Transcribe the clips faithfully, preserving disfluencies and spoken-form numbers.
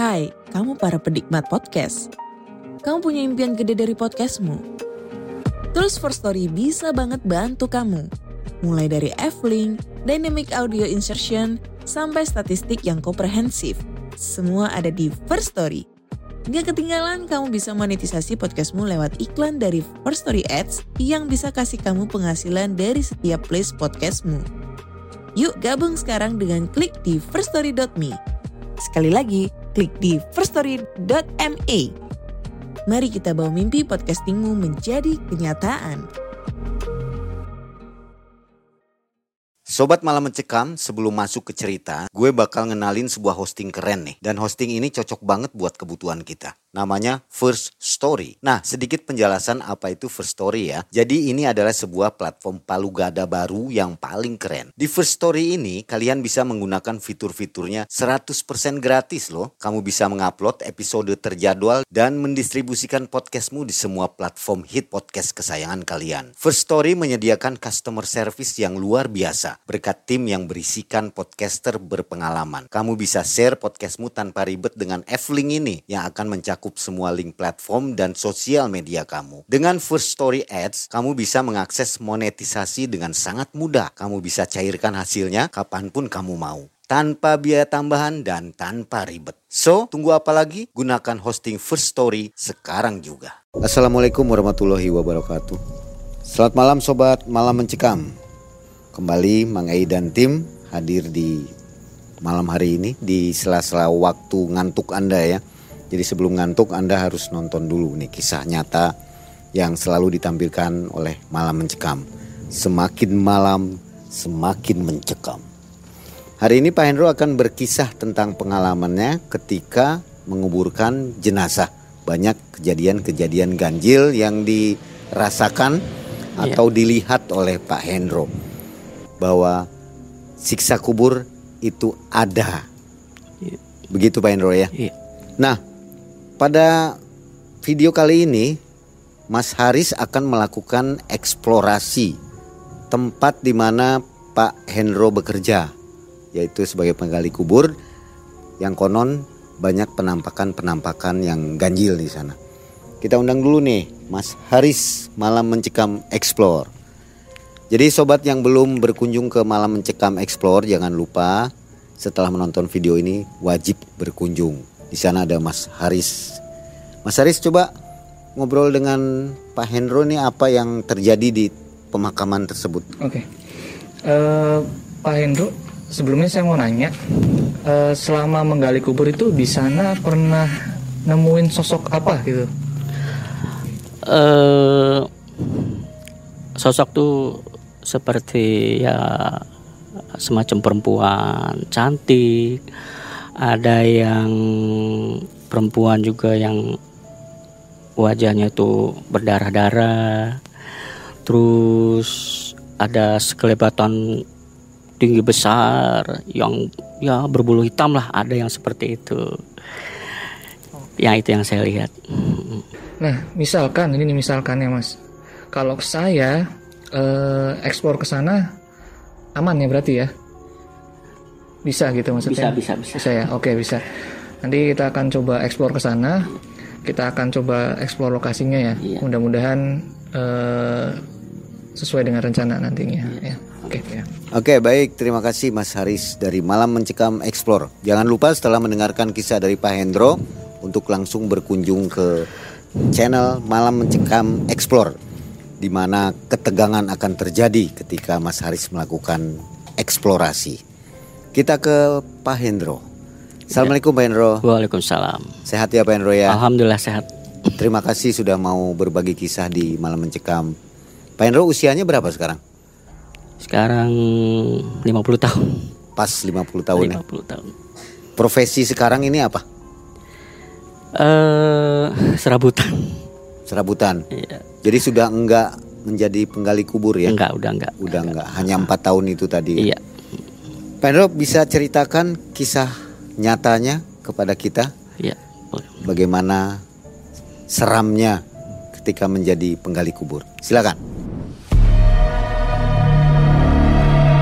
Hai, kamu para penikmat podcast. Kamu punya impian gede dari podcastmu? Terus First Story bisa banget bantu kamu. Mulai dari F-Link, Dynamic Audio Insertion, sampai statistik yang komprehensif. Semua ada di First Story. Gak ketinggalan kamu bisa monetisasi podcastmu lewat iklan dari First Story Ads yang bisa kasih kamu penghasilan dari setiap place podcastmu. Yuk gabung sekarang dengan klik di first story dot me. Sekali lagi, klik di first story dot me. Mari kita bawa mimpi podcastingmu menjadi kenyataan. Sobat Malam Mencekam, sebelum masuk ke cerita, gue bakal ngenalin sebuah hosting keren nih. Dan hosting ini cocok banget buat kebutuhan kita. Namanya First Story. Nah, sedikit penjelasan apa itu First Story ya. Jadi ini adalah sebuah platform palu gada baru yang paling keren. Di First Story ini, kalian bisa menggunakan fitur-fiturnya seratus persen gratis loh. Kamu bisa mengupload episode terjadwal dan mendistribusikan podcastmu di semua platform hit podcast kesayangan kalian. First Story menyediakan customer service yang luar biasa. Berkat tim yang berisikan podcaster berpengalaman. Kamu bisa share podcastmu tanpa ribet dengan F-Link ini yang akan mencakup semua link platform dan sosial media kamu. Dengan First Story Ads, kamu bisa mengakses monetisasi dengan sangat mudah. Kamu bisa cairkan hasilnya kapanpun kamu mau. Tanpa biaya tambahan dan tanpa ribet. So, tunggu apa lagi? Gunakan hosting First Story sekarang juga. Assalamualaikum warahmatullahi wabarakatuh. Selamat malam Sobat Malam Mencekam. Kembali Mang Ei dan tim hadir di malam hari ini di sela-sela waktu ngantuk Anda ya. Jadi sebelum ngantuk Anda harus nonton dulu nih kisah nyata yang selalu ditampilkan oleh Malam Mencekam. Semakin malam semakin mencekam. Hari ini Pak Hendro akan berkisah tentang pengalamannya ketika menguburkan jenazah. Banyak kejadian-kejadian ganjil yang dirasakan atau ya. Dilihat oleh Pak Hendro. Bahwa siksa kubur itu ada. Ya. Begitu Pak Hendro ya. Ya. Nah, pada video kali ini Mas Haris akan melakukan eksplorasi tempat di mana Pak Hendro bekerja, yaitu sebagai penggali kubur yang konon banyak penampakan-penampakan yang ganjil di sana. Kita undang dulu nih Mas Haris Malam Mencekam Explore. Jadi sobat yang belum berkunjung ke Malam Mencekam Explore, jangan lupa setelah menonton video ini wajib berkunjung. Di sana ada Mas Haris. Mas Haris coba ngobrol dengan Pak Hendro nih apa yang terjadi di pemakaman tersebut. Oke, uh, Pak Hendro, sebelumnya saya mau nanya, uh, selama menggali kubur itu di sana pernah nemuin sosok apa gitu? Uh, sosok tuh seperti ya semacam perempuan cantik, ada yang perempuan juga yang wajahnya itu berdarah-darah, terus ada sekelebatan tinggi besar yang ya berbulu hitam lah, ada yang seperti itu. Ya itu yang saya lihat. Nah misalkan ini nih misalkan ya Mas, kalau saya Uh, ekspor ke sana aman ya berarti ya? Bisa gitu maksudnya? Bisa, bisa, bisa. Bisa ya? Oke, bisa. Nanti kita akan coba eksplor ke sana. Kita akan coba eksplor lokasinya ya. Iya. Mudah-mudahan uh, sesuai dengan rencana nantinya ya. Oke, ya. Oke, baik. Terima kasih Mas Haris dari Malam Mencekam Explore. Jangan lupa setelah mendengarkan kisah dari Pak Hendro untuk langsung berkunjung ke channel Malam Mencekam Explore, di mana ketegangan akan terjadi ketika Mas Haris melakukan eksplorasi. Kita ke Pak Hendro. Assalamualaikum Pak Hendro. Waalaikumsalam. Sehat ya Pak Hendro ya? Alhamdulillah sehat. Terima kasih sudah mau berbagi kisah di Malam Mencekam. Pak Hendro usianya berapa sekarang? Sekarang lima puluh tahun. Pas lima puluh tahun lima puluh ya? tahun. Profesi sekarang ini apa? Uh, serabutan. Serabutan. Iya. Jadi sudah enggak menjadi penggali kubur ya? Enggak, udah enggak. Udah enggak. enggak, hanya empat tahun itu tadi. Iya. Pak Hendro bisa ceritakan kisah nyatanya kepada kita? Iya. Bagaimana seramnya ketika menjadi penggali kubur? Silakan.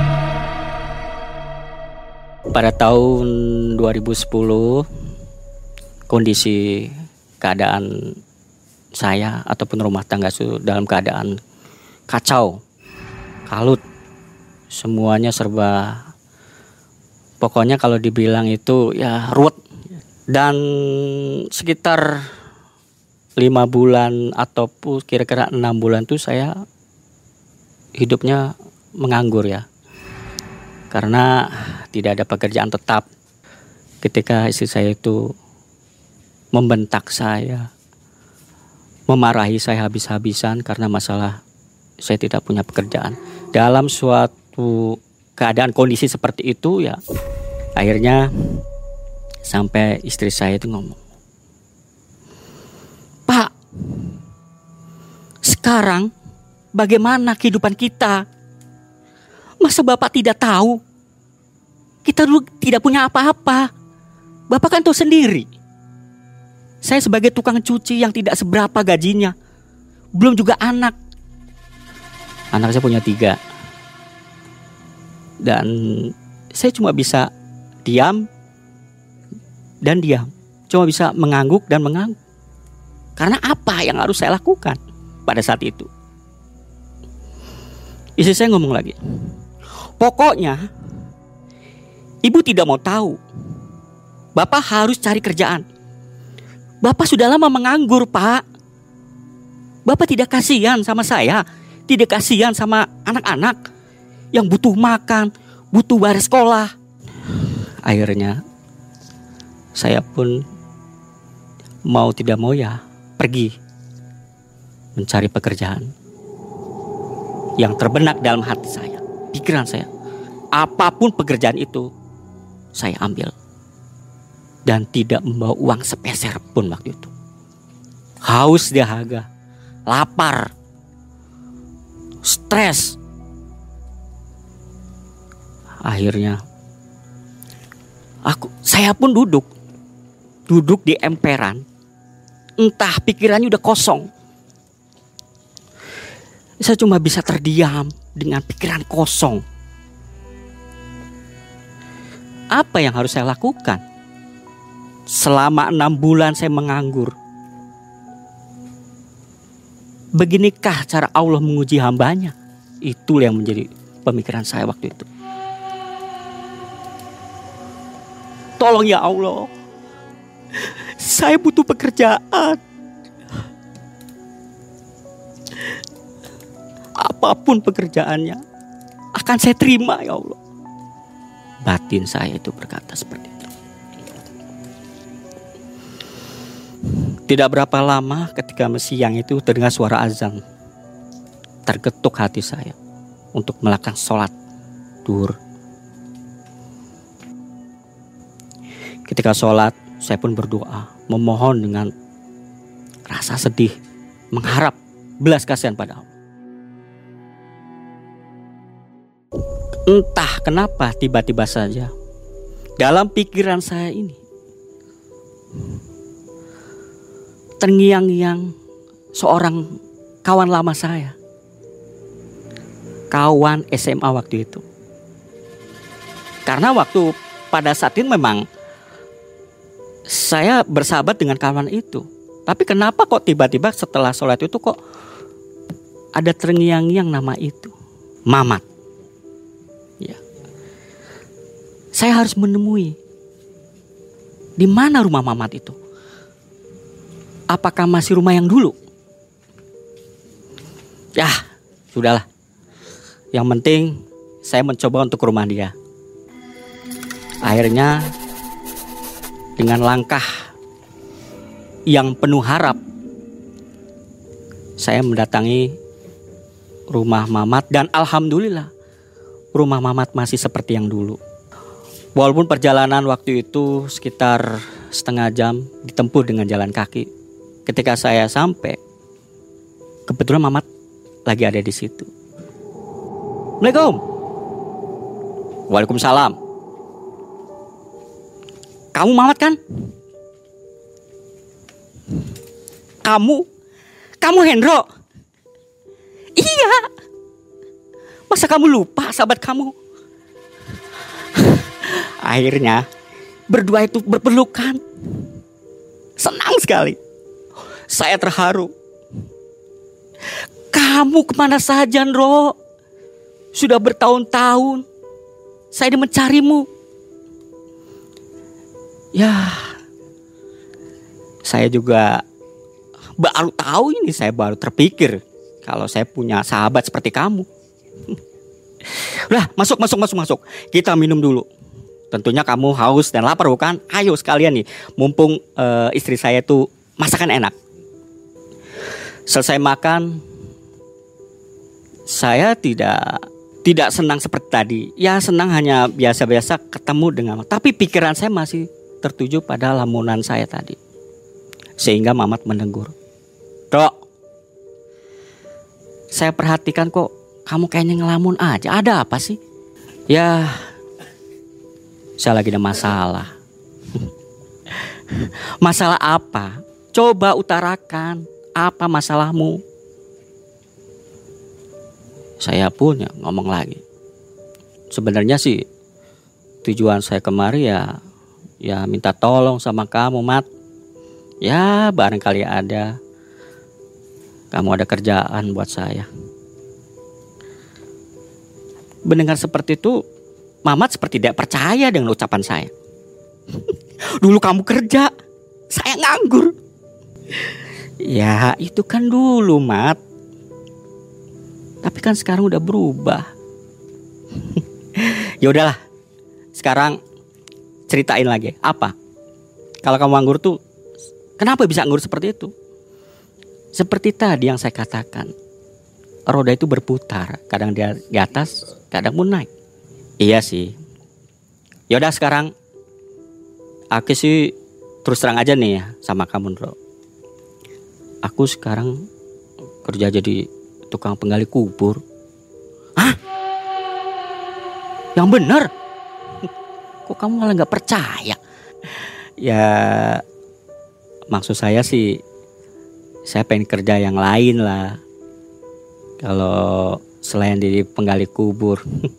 Pada tahun dua ribu sepuluh kondisi keadaan saya ataupun rumah tangga itu dalam keadaan kacau, kalut, semuanya serba, pokoknya kalau dibilang itu ya ruwet. Dan sekitar lima bulan ataupun kira-kira enam bulan tuh saya hidupnya menganggur ya, karena tidak ada pekerjaan tetap. Ketika istri saya itu membentak saya, memarahi saya habis-habisan karena masalah saya tidak punya pekerjaan. Dalam suatu keadaan kondisi seperti itu ya, akhirnya sampai istri saya itu ngomong, "Pak, sekarang bagaimana kehidupan kita? Masa Bapak tidak tahu? Kita dulu tidak punya apa-apa. Bapak kan tahu sendiri. Saya sebagai tukang cuci yang tidak seberapa gajinya. Belum juga anak. Anak saya punya tiga. Dan saya cuma bisa diam dan diam. Cuma bisa mengangguk dan mengangguk. Karena apa yang harus saya lakukan pada saat itu?" Istri saya ngomong lagi, "Pokoknya Ibu tidak mau tahu. Bapak harus cari kerjaan. Bapak sudah lama menganggur, Pak. Bapak tidak kasihan sama saya, tidak kasihan sama anak-anak yang butuh makan, butuh bayar sekolah." Akhirnya saya pun mau tidak mau ya pergi mencari pekerjaan yang terbenak dalam hati saya, pikiran saya. Apapun pekerjaan itu saya ambil. Dan tidak membawa uang sepeser pun waktu itu. Haus, dahaga, lapar, stres. Akhirnya aku, saya pun duduk, duduk di emperan. Entah pikirannya udah kosong. Saya cuma bisa terdiam dengan pikiran kosong. Apa yang harus saya lakukan? Selama enam bulan saya menganggur. Beginikah cara Allah menguji hambanya? Itu yang menjadi pemikiran saya waktu itu. Tolong ya Allah, saya butuh pekerjaan. Apapun pekerjaannya akan saya terima ya Allah. Batin saya itu berkata seperti itu. Tidak berapa lama ketika siang itu terdengar suara azan. Tergetuk hati saya untuk melakukan sholat duhur. Ketika sholat, saya pun berdoa, memohon dengan rasa sedih, mengharap belas kasihan pada Allah. Entah kenapa tiba-tiba saja dalam pikiran saya ini terngiang-ngiang seorang kawan lama saya, kawan S M A waktu itu. Karena waktu pada saat itu memang saya bersahabat dengan kawan itu. Tapi kenapa kok tiba-tiba setelah sholat itu kok ada terngiang-ngiang nama itu, Mamat. Ya. Saya harus menemui di mana rumah Mamat itu. Apakah masih rumah yang dulu? Ya, sudahlah. Yang penting saya mencoba untuk ke rumah dia. Akhirnya dengan langkah yang penuh harap, saya mendatangi rumah Mamat dan alhamdulillah rumah Mamat masih seperti yang dulu. Walaupun perjalanan waktu itu sekitar setengah jam ditempuh dengan jalan kaki. Ketika saya sampai, kebetulan Mamat lagi ada di situ. Assalamualaikum. Waalaikumsalam. Kamu Mamat kan? Kamu? Kamu Hendro? Iya. Masa kamu lupa sahabat kamu? Akhirnya berdua itu berpelukan. Senang sekali. Saya terharu. Kamu kemana saja, Nro? Sudah bertahun-tahun saya mencarimu. Ya, saya juga baru tahu ini, saya baru terpikir kalau saya punya sahabat seperti kamu. Lah, masuk, masuk, masuk, masuk. Kita minum dulu. Tentunya kamu haus dan lapar bukan? Ayo sekalian nih, mumpung uh, istri saya tuh masakan enak. Selesai makan, saya tidak tidak senang seperti tadi. Ya senang hanya biasa-biasa ketemu dengan, tapi pikiran saya masih tertuju pada lamunan saya tadi. Sehingga Mamat menegur. Dok, saya perhatikan kok kamu kayaknya ngelamun aja. Ada apa sih? Ya, saya lagi ada masalah. Masalah apa? Coba utarakan. Apa masalahmu? Saya pun ya ngomong lagi. Sebenarnya sih tujuan saya kemari ya ya minta tolong sama kamu, Mat. Ya barangkali ada kamu ada kerjaan buat saya. Mendengar seperti itu, Mamat seperti tidak percaya dengan ucapan saya. Dulu kamu kerja, saya nganggur. Ya itu kan dulu, Mat. Tapi kan sekarang udah berubah. Ya udahlah. Sekarang ceritain lagi. Apa? Kalau kamu nganggur tuh, kenapa bisa nganggur seperti itu? Seperti tadi yang saya katakan. Roda itu berputar. Kadang dia di atas, kadang pun naik. Iya sih. Ya udah sekarang aku sih terus terang aja nih ya sama kamu, Bro. Aku sekarang kerja jadi tukang penggali kubur. Hah? Yang bener? Kok kamu malah gak percaya? Ya maksud saya sih saya pengen kerja yang lain lah. Kalau selain di penggali kubur.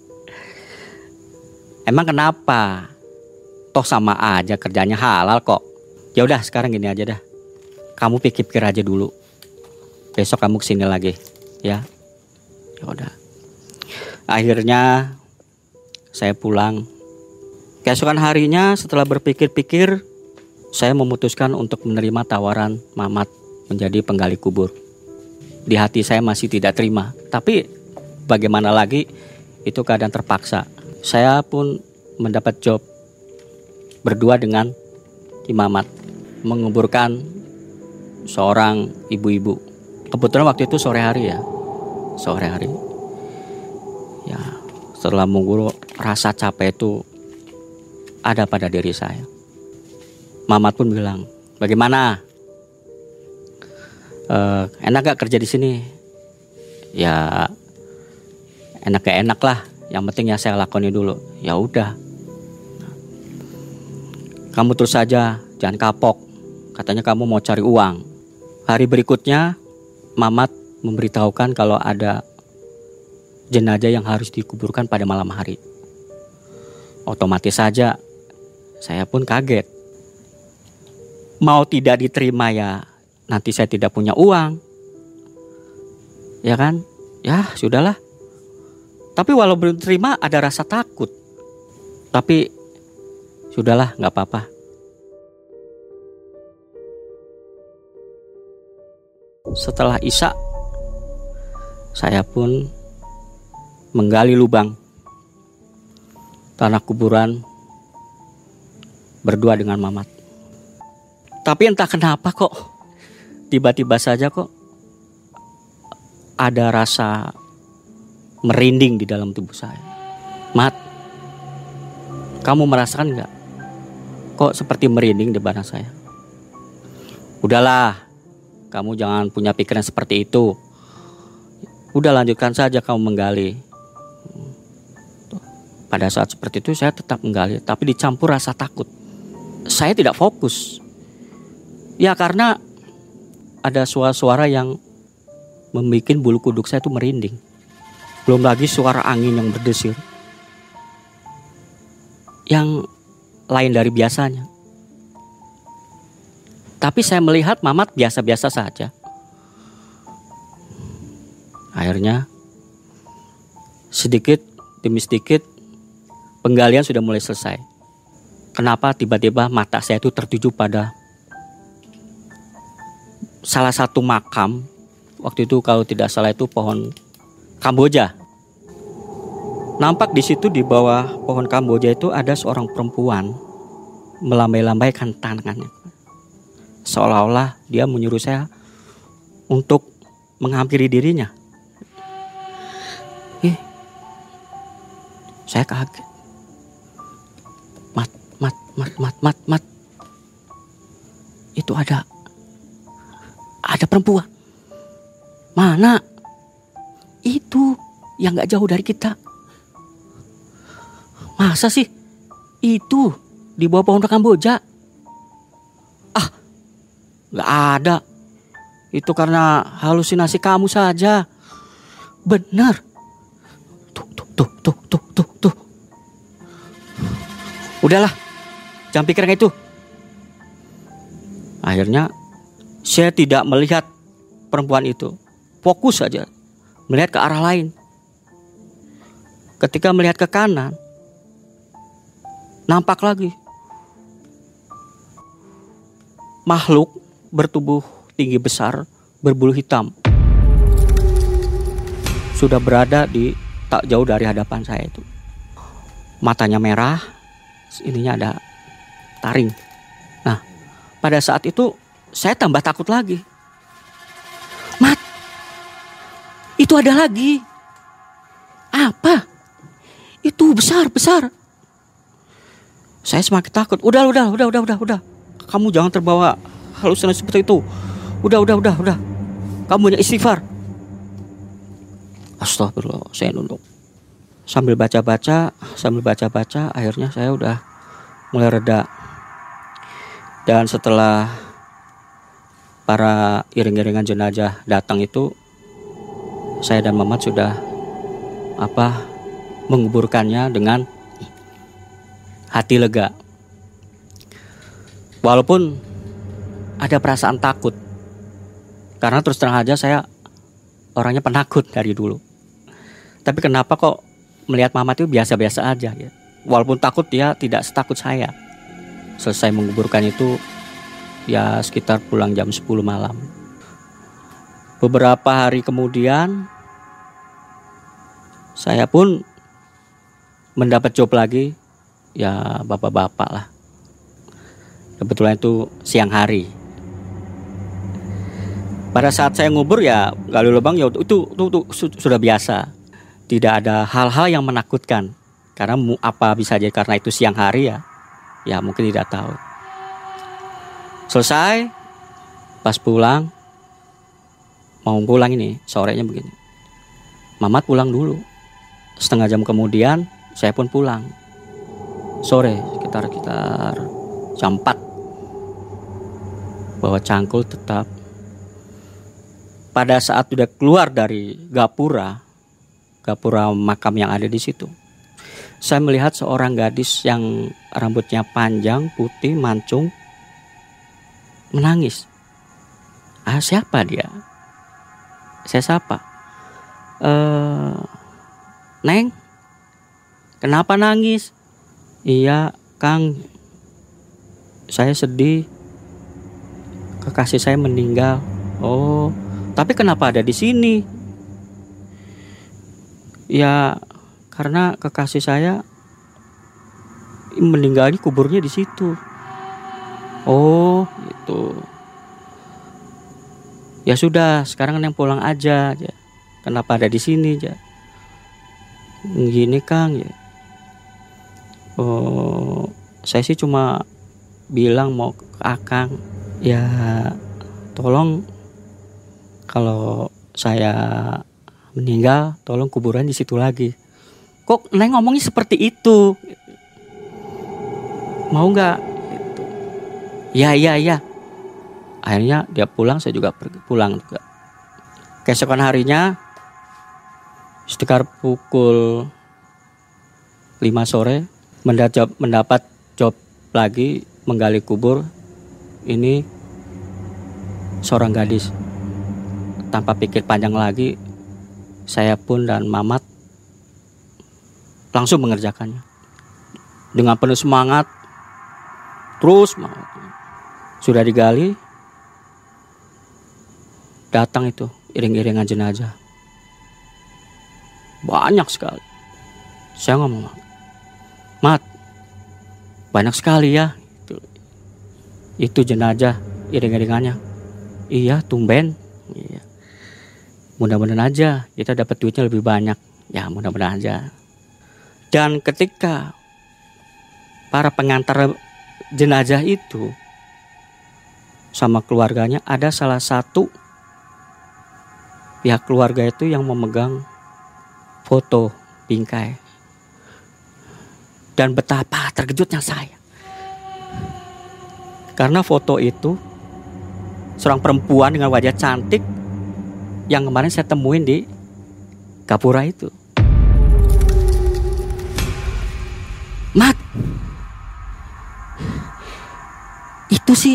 Emang kenapa? Toh sama aja kerjanya halal kok. Ya udah sekarang gini aja dah. Kamu pikir-pikir aja dulu. Besok kamu kesini lagi, ya. Ya udah. Akhirnya saya pulang. Keesokan harinya setelah berpikir-pikir, saya memutuskan untuk menerima tawaran Mamat menjadi penggali kubur. Di hati saya masih tidak terima, tapi bagaimana lagi, itu keadaan terpaksa. Saya pun mendapat job berdua dengan Ki Mamat menguburkan seorang ibu-ibu. Kebetulan waktu itu sore hari ya, sore hari. Ya, setelah mengubur rasa capek itu ada pada diri saya. Mamat pun bilang, bagaimana? Uh, enak gak kerja di sini? Ya, enak gak enak lah. Yang penting ya saya lakoni dulu. Ya udah. Kamu terus saja, jangan kapok. Katanya kamu mau cari uang. Hari berikutnya, Mamat memberitahukan kalau ada jenazah yang harus dikuburkan pada malam hari. Otomatis saja, saya pun kaget. Mau tidak diterima ya, nanti saya tidak punya uang. Ya kan? Ya sudahlah. Tapi walau belum terima ada rasa takut. Tapi sudahlah, gak apa-apa. Setelah Isya, saya pun menggali lubang tanah kuburan berdua dengan Mamat. Tapi entah kenapa kok tiba-tiba saja kok ada rasa merinding di dalam tubuh saya. Mat, kamu merasakan gak? Kok seperti merinding di badan saya? Udahlah, kamu jangan punya pikiran seperti itu. Udah lanjutkan saja kamu menggali. Pada saat seperti itu saya tetap menggali, tapi dicampur rasa takut. Saya tidak fokus. Ya karena ada suara-suara yang membuat bulu kuduk saya itu merinding. Belum lagi suara angin yang berdesir. Yang lain dari biasanya. Tapi saya melihat Mamat biasa-biasa saja. Akhirnya sedikit demi sedikit penggalian sudah mulai selesai. Kenapa tiba-tiba mata saya itu tertuju pada salah satu makam. Waktu itu kalau tidak salah itu pohon Kamboja. Nampak di situ di bawah pohon Kamboja itu ada seorang perempuan melambai-lambaikan tangannya. Seolah-olah dia menyuruh saya untuk menghampiri dirinya. Eh, saya kaget. Mat, mat, mat, mat, mat, mat. Itu ada, ada perempuan. Mana? Itu yang gak jauh dari kita. Masa sih? Itu di bawah pohon Kamboja. Ah, gak ada. Itu karena halusinasi kamu saja. Benar. Tuh, tuh, tuh, tuh, tuh, tuh, tuh. Udahlah, jangan pikirin itu. Akhirnya saya tidak melihat perempuan itu. Fokus saja melihat ke arah lain. Ketika melihat ke kanan, nampak lagi makhluk bertubuh tinggi besar, berbulu hitam, sudah berada di tak jauh dari hadapan saya itu. Matanya merah, ininya ada taring. Nah, pada saat itu saya tambah takut lagi. Mat, itu ada lagi. Apa? Itu besar, besar. Saya semakin takut. Udah, udah, udah, udah, udah, udah. Kamu jangan terbawa halusinasi seperti itu. Udah, udah, udah, udah. Kamu banyak istighfar. Astagfirullah, saya nunduk. Sambil baca-baca, sambil baca-baca, akhirnya saya udah mulai reda. Dan setelah para iring-iringan jenazah datang itu, saya dan Mamat sudah apa menguburkannya dengan hati lega. Walaupun ada perasaan takut, karena terus terang aja saya orangnya penakut dari dulu. Tapi kenapa kok melihat Mamat itu biasa-biasa aja ya. Walaupun takut, dia tidak setakut saya. Selesai menguburkan itu ya sekitar pulang jam sepuluh malam. Beberapa hari kemudian saya pun mendapat job lagi, ya bapak-bapak lah. Kebetulan itu siang hari. Pada saat saya ngubur ya gali lubang ya itu, itu, itu, itu sudah biasa. Tidak ada hal-hal yang menakutkan. Karena apa bisa jadi karena itu siang hari ya, ya mungkin tidak tahu. Selesai, pas pulang, mau pulang ini sorenya begini. Mamat pulang dulu. Setengah jam kemudian saya pun pulang. Sore sekitar sekitar jam empat. Bawa cangkul tetap. Pada saat sudah keluar dari gapura, gapura makam yang ada di situ, saya melihat seorang gadis yang rambutnya panjang, putih, mancung, menangis. Ah, siapa dia? Saya sapa. Eh, Neng, kenapa nangis? Iya, Kang, saya sedih. Kekasih saya meninggal. Oh, tapi kenapa ada di sini? Ya, karena kekasih saya meninggalnya kuburnya di situ. Oh, gitu. Ya sudah, sekarang Neng pulang aja. Kenapa ada di sini aja? Gini Kang ya. Oh, saya sih cuma bilang mau ke Akang. Ya, tolong kalau saya meninggal, tolong kuburan di situ lagi. Kok Neng ngomongnya seperti itu? Mau nggak? Gitu. Ya, ya, ya. Akhirnya dia pulang, saya juga pergi pulang juga. Keesokan harinya, sekitar pukul lima sore, mendapat, mendapat job lagi menggali kubur. Ini seorang gadis. Tanpa pikir panjang lagi, saya pun dan Mamat langsung mengerjakannya. Dengan penuh semangat, terus semangat. Sudah digali, datang itu iring-iringan jenazah. Banyak sekali. Saya ngomong, Mat, banyak sekali ya. Itu, itu jenazah iring-iringannya. Iya, tumben. Iya. Mudah-mudahan aja kita dapat duitnya lebih banyak. Ya, mudah-mudahan aja. Dan ketika para pengantar jenazah itu sama keluarganya, ada salah satu pihak keluarga itu yang memegang foto bingkai. Dan betapa terkejutnya saya. Karena foto itu seorang perempuan dengan wajah cantik yang kemarin saya temuin di Gapura itu. Mat, itu sih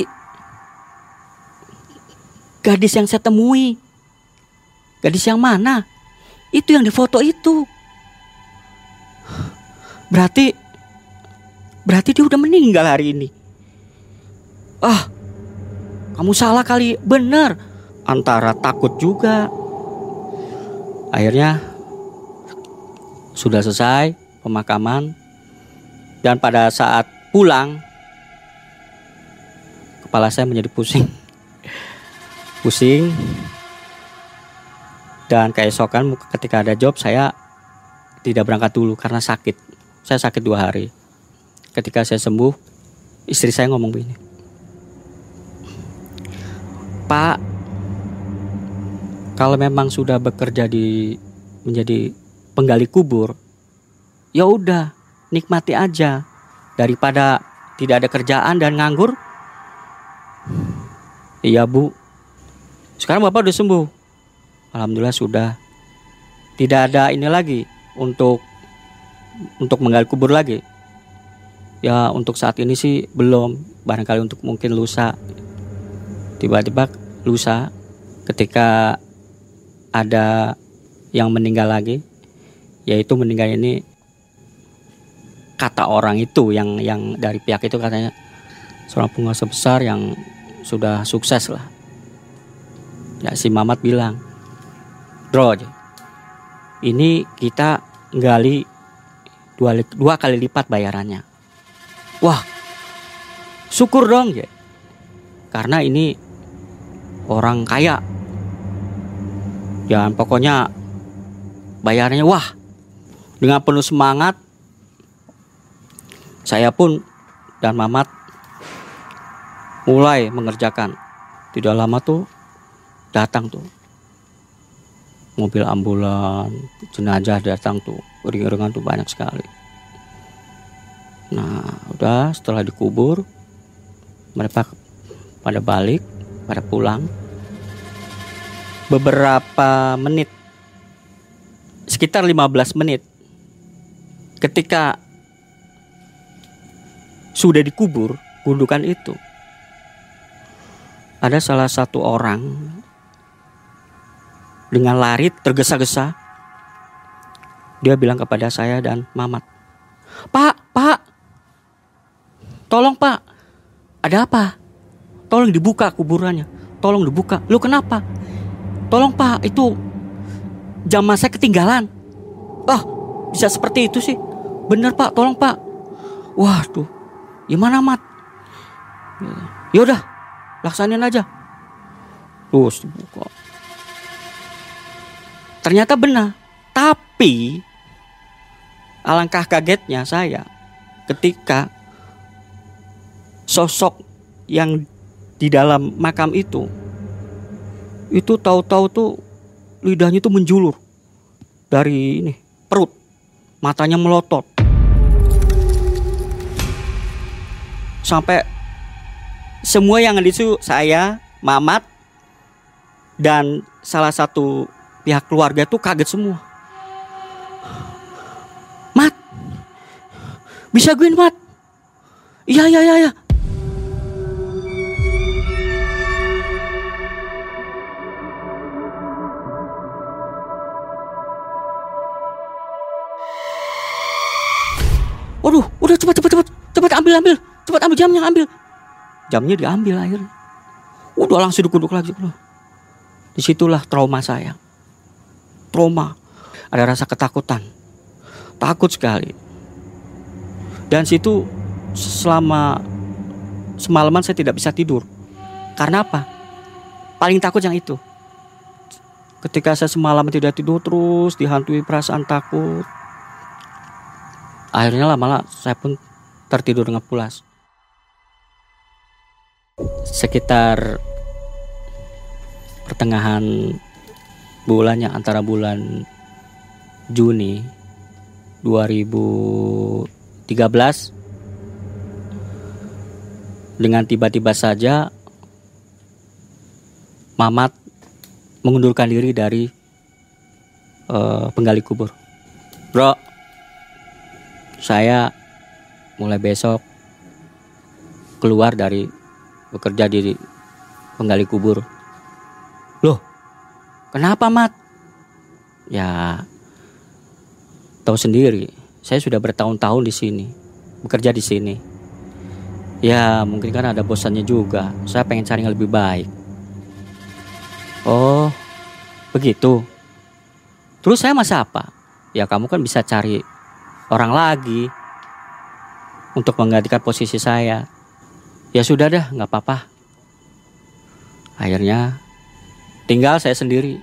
gadis yang saya temui. Gadis yang mana? Itu yang di foto itu. Berarti Berarti dia udah meninggal hari ini. Ah, kamu salah kali. Bener. Antara takut juga. Akhirnya sudah selesai pemakaman. Dan pada saat pulang, kepala saya menjadi pusing. Pusing. Dan keesokan ketika ada job, saya tidak berangkat dulu karena sakit. Saya sakit dua hari. Ketika saya sembuh, istri saya ngomong begini, Pak, kalau memang sudah bekerja di menjadi penggali kubur, ya udah nikmati aja daripada tidak ada kerjaan dan nganggur. Iya Bu, sekarang Bapak udah sembuh, alhamdulillah sudah. Tidak ada ini lagi untuk untuk menggali kubur lagi. Ya untuk saat ini sih belum, barangkali untuk mungkin lusa. Tiba-tiba lusa ketika ada yang meninggal lagi, yaitu meninggal ini kata orang itu yang yang dari pihak itu katanya seorang penguasa besar yang sudah sukses lah. Ya si Mamat bilang, Bro, ini kita gali dua, dua kali lipat bayarannya. Wah, syukur dong ya. Karena ini orang kaya. Dan pokoknya bayarnya wah. Dengan penuh semangat, saya pun dan Mamat mulai mengerjakan. Tidak lama tuh datang tuh mobil ambulan, jenazah datang tuh, ring-ringan tuh banyak sekali. Nah, udah setelah dikubur, mereka pada balik, pada pulang. Beberapa menit, sekitar lima belas menit, ketika sudah dikubur gundukan itu, ada salah satu orang dengan lari tergesa-gesa. Dia bilang kepada saya dan Mamat, Pak, Pak, tolong Pak, ada apa? Tolong dibuka kuburannya, tolong dibuka. Lu kenapa? Tolong Pak, itu jam saya ketinggalan. Oh, bisa seperti itu sih? Bener Pak, tolong Pak. Waduh, gimana Mat? Yaudah, laksanin aja. Terus dibuka. Ternyata benar. Tapi alangkah kagetnya saya ketika sosok yang di dalam makam itu itu tahu-tahu tuh lidahnya tuh menjulur dari ini perut, matanya melotot sampai semua yang di situ, saya, Mamat dan salah satu pihak keluarga tuh kaget semua. Mat, bisa gue Mat? Iya iya iya. Ya. ambil, ambil, cepat ambil jamnya, ambil. Jamnya diambil akhirnya. Udah langsung duduk-duduk lagi. Disitulah trauma saya. Trauma. Ada rasa ketakutan. Takut sekali. Dan situ selama semalaman saya tidak bisa tidur. Karena apa? Paling takut yang itu. Ketika saya semalam tidak tidur terus dihantui perasaan takut. Akhirnya lama-lama saya pun tertidur dengan pulas. Sekitar pertengahan bulannya, antara bulan Juni dua ribu tiga belas, dengan tiba-tiba saja Mamat mengundurkan diri dari uh, penggali kubur. Bro, saya mulai besok keluar dari bekerja di penggali kubur. Loh, kenapa Mat? Ya, tahu sendiri, saya sudah bertahun-tahun di sini, bekerja di sini. Ya, mungkin kan ada bosannya juga. Saya pengen cari yang lebih baik. Oh, begitu. Terus saya masa apa? Ya kamu kan bisa cari orang lagi untuk menggantikan posisi saya. Ya sudah dah, gak apa-apa. Akhirnya tinggal saya sendiri.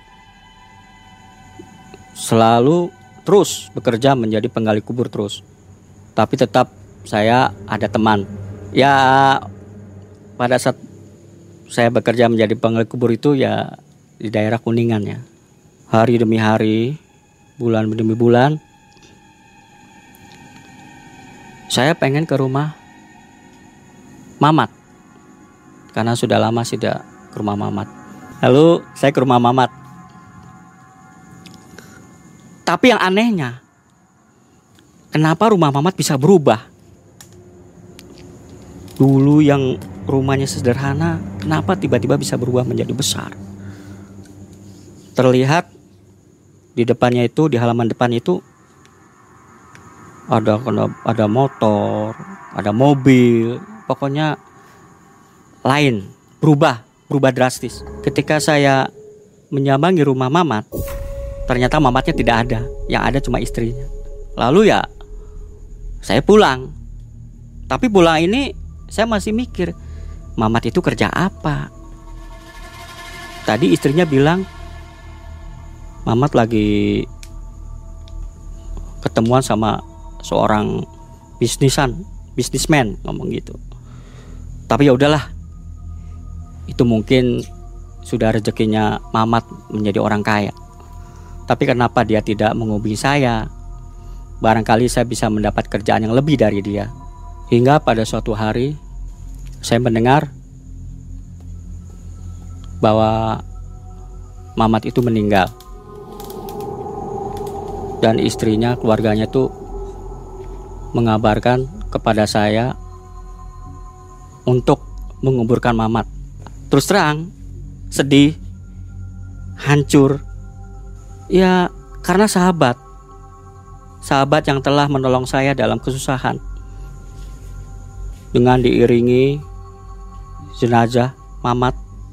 Selalu terus bekerja menjadi penggali kubur terus. Tapi tetap saya ada teman. Ya pada saat saya bekerja menjadi penggali kubur itu ya di daerah Kuningan ya. Hari demi hari, bulan demi bulan, saya pengen ke rumah Mamat. Karena sudah lama tidak ke rumah Mamat. Lalu saya ke rumah Mamat. Tapi yang anehnya, kenapa rumah Mamat bisa berubah? Dulu yang rumahnya sederhana, kenapa tiba-tiba bisa berubah menjadi besar? Terlihat di depannya itu, di halaman depan itu ada ada motor, ada mobil, pokoknya lain, berubah, berubah drastis. Ketika saya menyambangi rumah Mamat, ternyata Mamatnya tidak ada, yang ada cuma istrinya. Lalu ya saya pulang. Tapi pulang ini saya masih mikir, Mamat itu kerja apa? Tadi istrinya bilang Mamat lagi ketemuan sama seorang bisnisan, bisnismen, ngomong gitu. Tapi ya udahlah, itu mungkin sudah rezekinya Mamat menjadi orang kaya. Tapi kenapa dia tidak menghubungi saya? Barangkali saya bisa mendapat kerjaan yang lebih dari dia. Hingga pada suatu hari saya mendengar bahwa Mamat itu meninggal. Dan istrinya, keluarganya tuh mengabarkan kepada saya untuk menguburkan Mamat. Terus terang, sedih, hancur. Ya karena sahabat. Sahabat yang telah menolong saya dalam kesusahan. Dengan diiringi jenazah Mamat,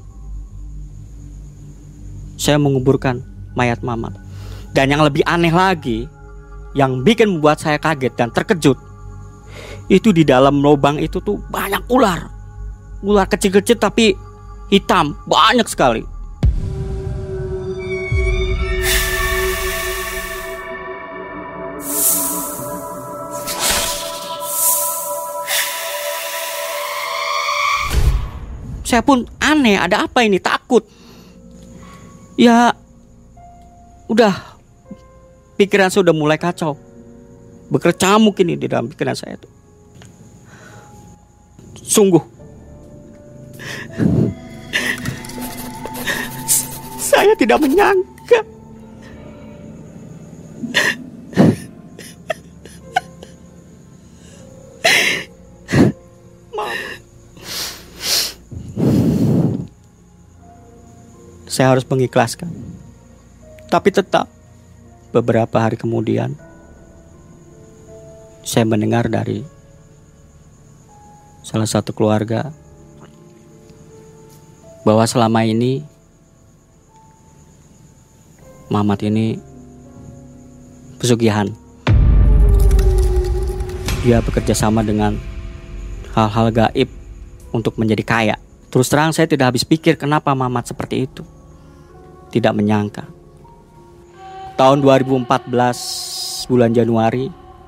saya menguburkan mayat Mamat. Dan yang lebih aneh lagi, yang bikin membuat saya kaget dan terkejut, itu di dalam lubang itu tuh banyak ular. Ular kecil-kecil tapi hitam, banyak sekali. Saya pun aneh, ada apa ini, takut. Ya udah, pikiran saya udah mulai kacau, berkecamuk ini di dalam pikiran saya tuh. Sungguh saya tidak menyangka saya harus mengikhlaskan. Tapi tetap beberapa hari kemudian saya mendengar dari salah satu keluarga bahwa selama ini Mamat ini pesugihan. Dia bekerja sama dengan hal-hal gaib untuk menjadi kaya. Terus terang saya tidak habis pikir kenapa Mamat seperti itu. Tidak menyangka. Tahun dua ribu empat belas bulan Januari,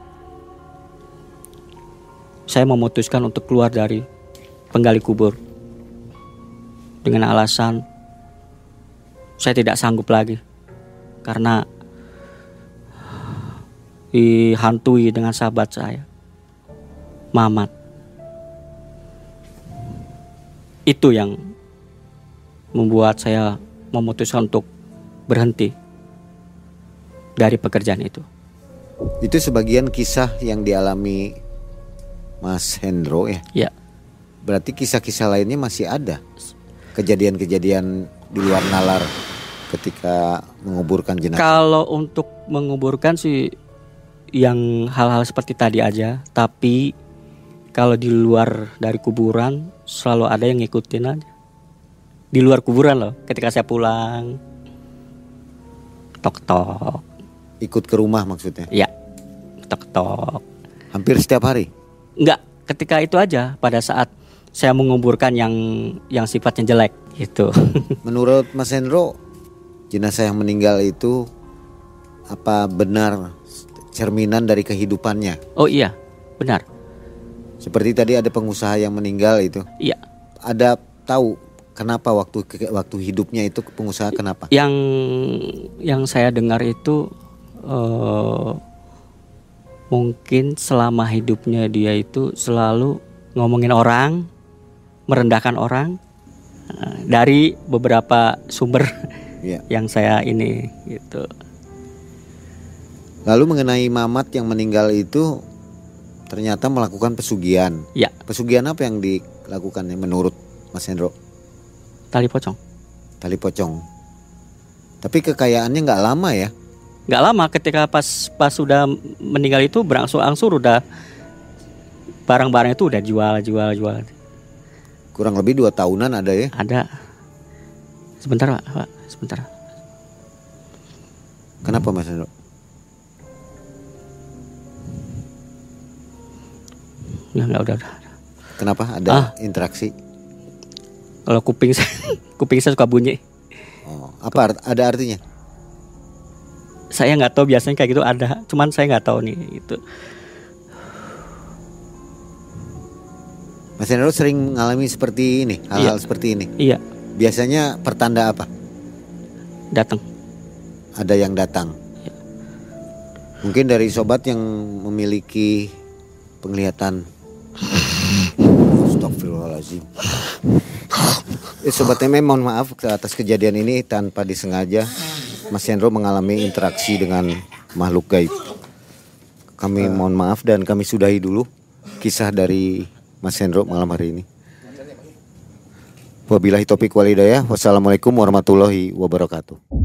saya memutuskan untuk keluar dari penggali kubur dengan alasan saya tidak sanggup lagi karena dihantui dengan sahabat saya, Mamat. Itu yang membuat saya memutuskan untuk berhenti dari pekerjaan itu. Itu sebagian kisah yang dialami Mas Hendro ya? Ya. Berarti kisah-kisah lainnya masih ada? Kejadian-kejadian di luar nalar ketika menguburkan jenazah? Kalau untuk menguburkan sih yang hal-hal seperti tadi aja. Tapi kalau di luar dari kuburan selalu ada yang ngikutin aja. Di luar kuburan loh, ketika saya pulang, tok-tok. Ikut ke rumah maksudnya? Ya, tok-tok. Hampir setiap hari? Enggak, ketika itu aja pada saat saya menguburkan yang yang sifatnya jelek gitu. Menurut Mas Hendro, jenazah yang meninggal itu apa benar cerminan dari kehidupannya? Oh iya, benar. Seperti tadi ada pengusaha yang meninggal itu. Iya. Ada tahu kenapa waktu waktu hidupnya itu pengusaha kenapa? Yang yang saya dengar itu uh, mungkin selama hidupnya dia itu selalu ngomongin orang, merendahkan orang, uh, dari beberapa sumber ya. yang saya ini gitu. Lalu mengenai Mamat yang meninggal itu ternyata melakukan pesugihan. Ya. Pesugihan apa yang dilakukan menurut Mas Hendro? Tali pocong. Tali pocong. Tapi kekayaannya nggak lama ya? Nggak lama, ketika pas pas sudah meninggal itu berangsur-angsur udah barang-barang itu udah jual jual jual. Kurang lebih dua tahunan ada ya? Ada. Sebentar Pak, Pak. Sebentar. Kenapa Mas Hendro? Ya nggak udah, udah. Kenapa ada Ah. interaksi? Kalau kuping saya, kuping saya suka bunyi. Oh, apa art- ada artinya? Saya nggak tahu, biasanya kayak gitu ada, cuman saya nggak tahu nih itu. Mas Hendro sering mengalami seperti ini, hal-hal Iya. seperti ini. Iya, Biasanya pertanda apa? datang. Ada yang datang. Iya. Mungkin dari sobat yang memiliki penglihatan. Astagfirullahaladzim. Eh, Sobat M M, mohon maaf atas kejadian ini tanpa disengaja. Mas Hendro mengalami interaksi dengan makhluk gaib. Kami mohon maaf dan kami sudahi dulu kisah dari Mas Hendro malam hari ini. Wabillahi taufiq wal hidayah. Wassalamualaikum warahmatullahi wabarakatuh.